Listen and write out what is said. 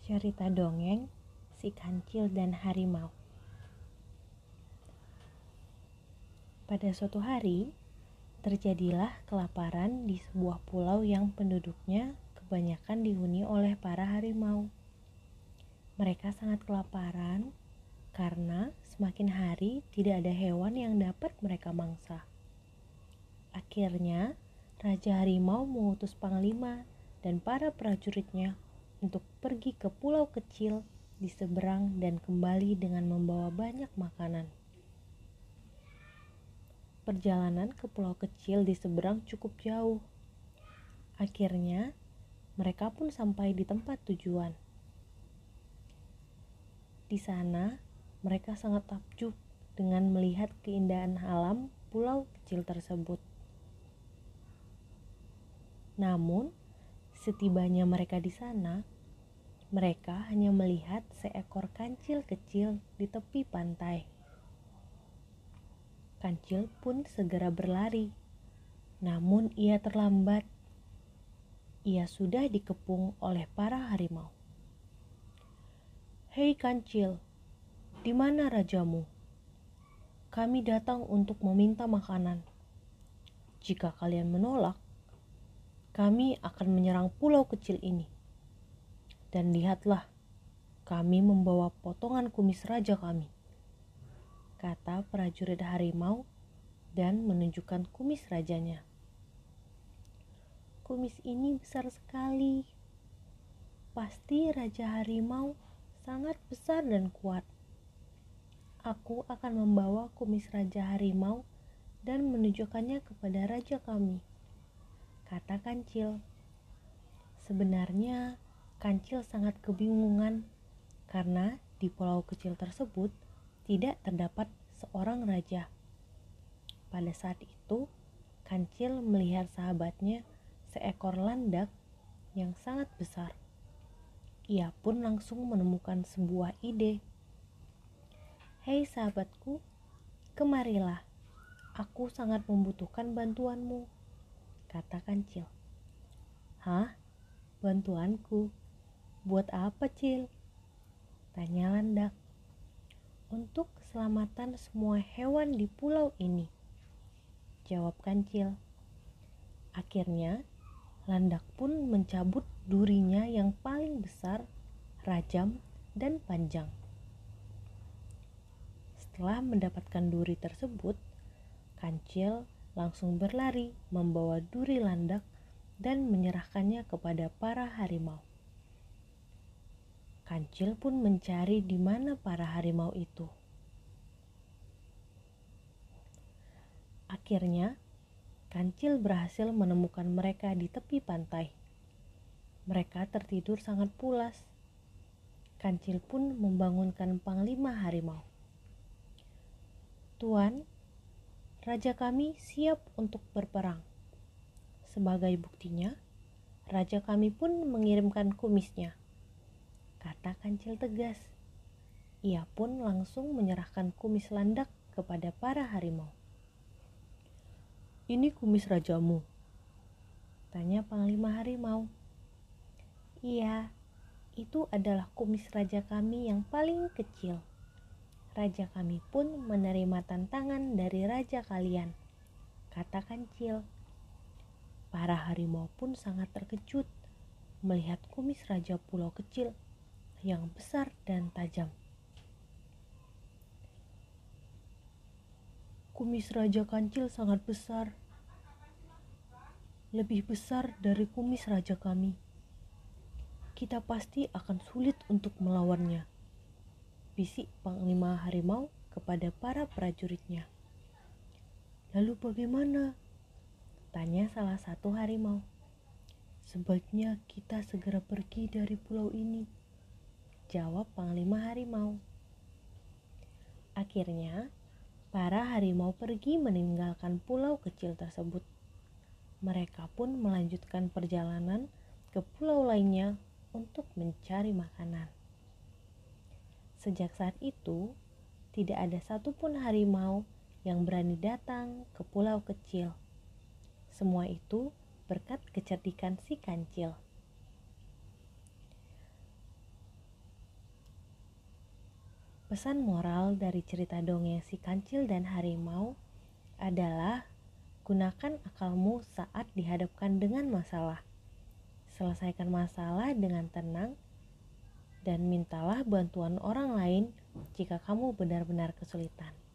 Cerita dongeng Si Kancil dan Harimau. Pada suatu hari, terjadilah kelaparan di sebuah pulau yang penduduknya kebanyakan dihuni oleh para harimau. Mereka sangat kelaparan karena semakin hari tidak ada hewan yang dapat mereka mangsa. Akhirnya, Raja Harimau mengutus panglima dan para prajuritnya untuk pergi ke pulau kecil di seberang dan kembali dengan membawa banyak makanan. Perjalanan ke pulau kecil di seberang cukup jauh. Akhirnya, mereka pun sampai di tempat tujuan. Di sana, mereka sangat takjub dengan melihat keindahan alam pulau kecil tersebut. Namun, setibanya mereka di sana, mereka hanya melihat seekor kancil kecil di tepi pantai. Kancil pun segera berlari, namun ia terlambat. Ia sudah dikepung oleh para harimau. "Hei Kancil, di mana rajamu? Kami datang untuk meminta makanan. Jika kalian menolak, kami akan menyerang pulau kecil ini. Dan lihatlah, kami membawa potongan kumis raja kami," kata prajurit harimau dan menunjukkan kumis rajanya. "Kumis ini besar sekali. Pasti Raja Harimau sangat besar dan kuat. Aku akan membawa kumis Raja Harimau dan menunjukkannya kepada raja kami," kata Kancil. Sebenarnya, Kancil sangat kebingungan karena di pulau kecil tersebut tidak terdapat seorang raja. Pada saat itu, Kancil melihat sahabatnya seekor landak yang sangat besar. Ia pun langsung menemukan sebuah ide. "Hei sahabatku, kemarilah. Aku sangat membutuhkan bantuanmu," kata Kancil. "Hah? Bantuanku? Buat apa, Cil?" tanya landak. "Untuk keselamatan semua hewan di pulau ini," jawab Kancil. Akhirnya, landak pun mencabut durinya yang paling besar, tajam, dan panjang. Setelah mendapatkan duri tersebut, Kancil langsung berlari membawa duri landak dan menyerahkannya kepada para harimau. Kancil pun mencari di mana para harimau itu. Akhirnya, Kancil berhasil menemukan mereka di tepi pantai. Mereka tertidur sangat pulas. Kancil pun membangunkan panglima harimau. "Tuan, raja kami siap untuk berperang. Sebagai buktinya, raja kami pun mengirimkan kumisnya," kata Kancil tegas. Ia pun langsung menyerahkan kumis landak kepada para harimau. "Ini kumis rajamu?" tanya panglima harimau. "Iya, itu adalah kumis raja kami yang paling kecil. Raja kami pun menerima tantangan dari raja kalian," kata Kancil. Para harimau pun sangat terkejut melihat kumis raja pulau kecil yang besar dan tajam. "Kumis Raja Kancil sangat besar, lebih besar dari kumis raja kami. Kita pasti akan sulit untuk melawannya," bisik panglima harimau kepada para prajuritnya. "Lalu bagaimana?" tanya salah satu harimau. "Sebaiknya kita segera pergi dari pulau ini," jawab panglima harimau. Akhirnya, para harimau pergi meninggalkan pulau kecil tersebut. Mereka pun melanjutkan perjalanan ke pulau lainnya untuk mencari makanan. Sejak saat itu, tidak ada satupun harimau yang berani datang ke pulau kecil. Semua itu berkat kecerdikan si Kancil. Pesan moral dari cerita dongeng si kancil dan harimau adalah gunakan akalmu saat dihadapkan dengan masalah. Selesaikan masalah dengan tenang dan mintalah bantuan orang lain jika kamu benar-benar kesulitan.